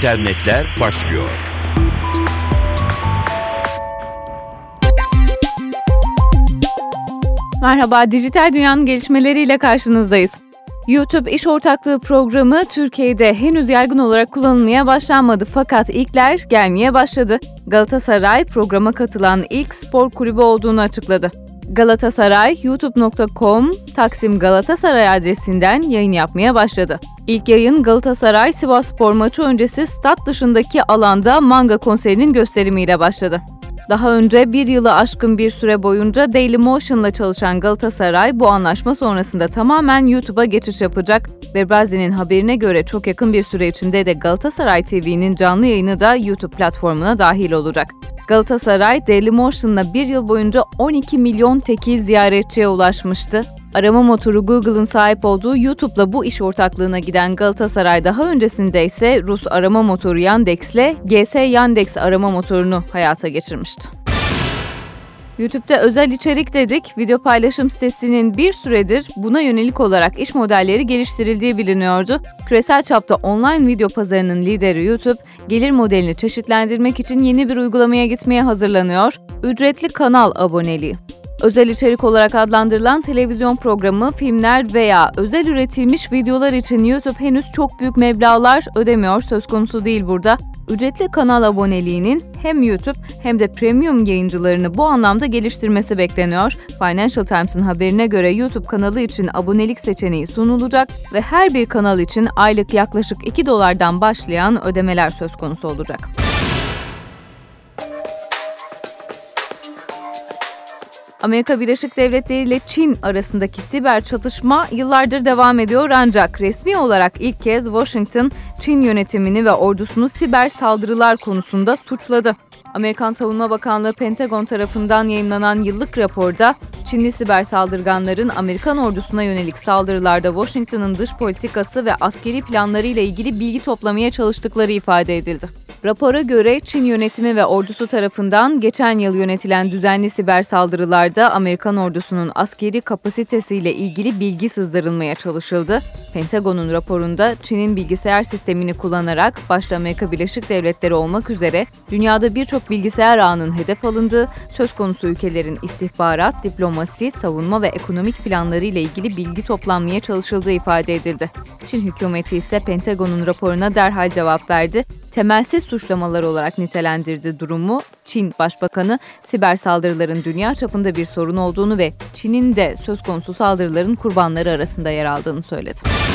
İnternetler başlıyor. Merhaba, dijital dünyanın gelişmeleriyle karşınızdayız. YouTube İş Ortaklığı programı Türkiye'de henüz yaygın olarak kullanılmaya başlanmadı fakat ilkler gelmeye başladı. Galatasaray programa katılan ilk spor kulübü olduğunu açıkladı. Galatasaray, youtube.com/Galatasaray adresinden yayın yapmaya başladı. İlk yayın Galatasaray-Sivasspor maçı öncesi stat dışındaki alanda manga konserinin gösterimiyle başladı. Daha önce bir yılı aşkın bir süre boyunca Dailymotion'la çalışan Galatasaray bu anlaşma sonrasında tamamen YouTube'a geçiş yapacak ve Brazi'nin haberine göre çok yakın bir süre içinde de Galatasaray TV'nin canlı yayını da YouTube platformuna dahil olacak. Galatasaray, Dailymotion'la bir yıl boyunca 12 milyon tekil ziyaretçiye ulaşmıştı. Arama motoru Google'ın sahip olduğu YouTube'la bu iş ortaklığına giden Galatasaray daha öncesinde ise Rus arama motoru Yandex'le GS Yandex arama motorunu hayata geçirmişti. YouTube'da özel içerik dedik, video paylaşım sitesinin bir süredir buna yönelik olarak iş modelleri geliştirildiği biliniyordu. Küresel çapta online video pazarının lideri YouTube, gelir modelini çeşitlendirmek için yeni bir uygulamaya gitmeye hazırlanıyor. Ücretli kanal aboneliği. Özel içerik olarak adlandırılan televizyon programı, filmler veya özel üretilmiş videolar için YouTube henüz çok büyük meblağlar ödemiyor, söz konusu değil burada. Ücretli kanal aboneliğinin hem YouTube hem de premium yayıncılarını bu anlamda geliştirmesi bekleniyor. Financial Times'ın haberine göre YouTube kanalı için abonelik seçeneği sunulacak ve her bir kanal için aylık yaklaşık $2'dan başlayan ödemeler söz konusu olacak. Amerika Birleşik Devletleri ile Çin arasındaki siber çatışma yıllardır devam ediyor ancak resmi olarak ilk kez Washington, Çin yönetimini ve ordusunu siber saldırılar konusunda suçladı. Amerikan Savunma Bakanlığı Pentagon tarafından yayımlanan yıllık raporda Çinli siber saldırganların Amerikan ordusuna yönelik saldırılarda Washington'ın dış politikası ve askeri planlarıyla ilgili bilgi toplamaya çalıştıkları ifade edildi. Rapora göre Çin yönetimi ve ordusu tarafından geçen yıl yönetilen düzenli siber saldırılarda Amerikan ordusunun askeri kapasitesiyle ilgili bilgi sızdırılmaya çalışıldı. Pentagon'un raporunda Çin'in bilgisayar sistemini kullanarak başta Amerika Birleşik Devletleri olmak üzere dünyada birçok bilgisayar ağının hedef alındığı, söz konusu ülkelerin istihbarat, diplomasi, savunma ve ekonomik planları ile ilgili bilgi toplanmaya çalışıldığı ifade edildi. Çin hükümeti ise Pentagon'un raporuna derhal cevap verdi. Temelsiz suçlamalar olarak nitelendirdi durumu. Çin Başbakanı, siber saldırıların dünya çapında bir sorun olduğunu ve Çin'in de söz konusu saldırıların kurbanları arasında yer aldığını söyledi.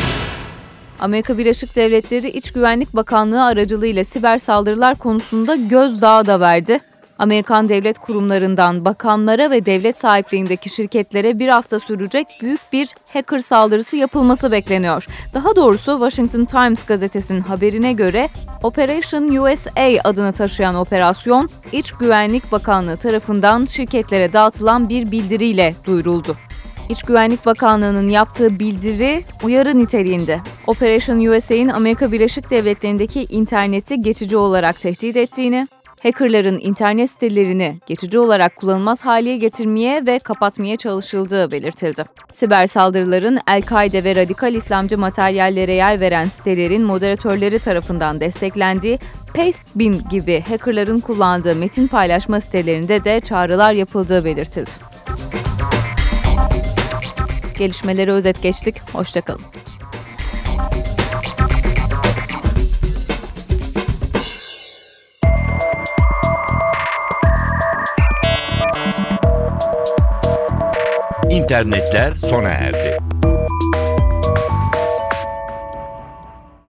Amerika Birleşik Devletleri İç Güvenlik Bakanlığı aracılığıyla siber saldırılar konusunda gözdağı da verdi. Amerikan devlet kurumlarından bakanlara ve devlet sahipliğindeki şirketlere bir hafta sürecek büyük bir hacker saldırısı yapılması bekleniyor. Daha doğrusu Washington Times gazetesinin haberine göre Operation USA adını taşıyan operasyon, İç Güvenlik Bakanlığı tarafından şirketlere dağıtılan bir bildiriyle duyuruldu. İç Güvenlik Bakanlığı'nın yaptığı bildiri uyarı niteliğinde. Operation USA'nın Amerika Birleşik Devletleri'ndeki interneti geçici olarak tehdit ettiğini, hackerların internet sitelerini geçici olarak kullanılmaz hale getirmeye ve kapatmaya çalışıldığı belirtildi. Siber saldırıların El-Kaide ve radikal İslamcı materyallere yer veren sitelerin moderatörleri tarafından desteklendiği Pastebin gibi hackerların kullandığı metin paylaşma sitelerinde de çağrılar yapıldığı belirtildi. Gelişmeleri özet geçtik. Hoşça kalın. İnternetler sona erdi.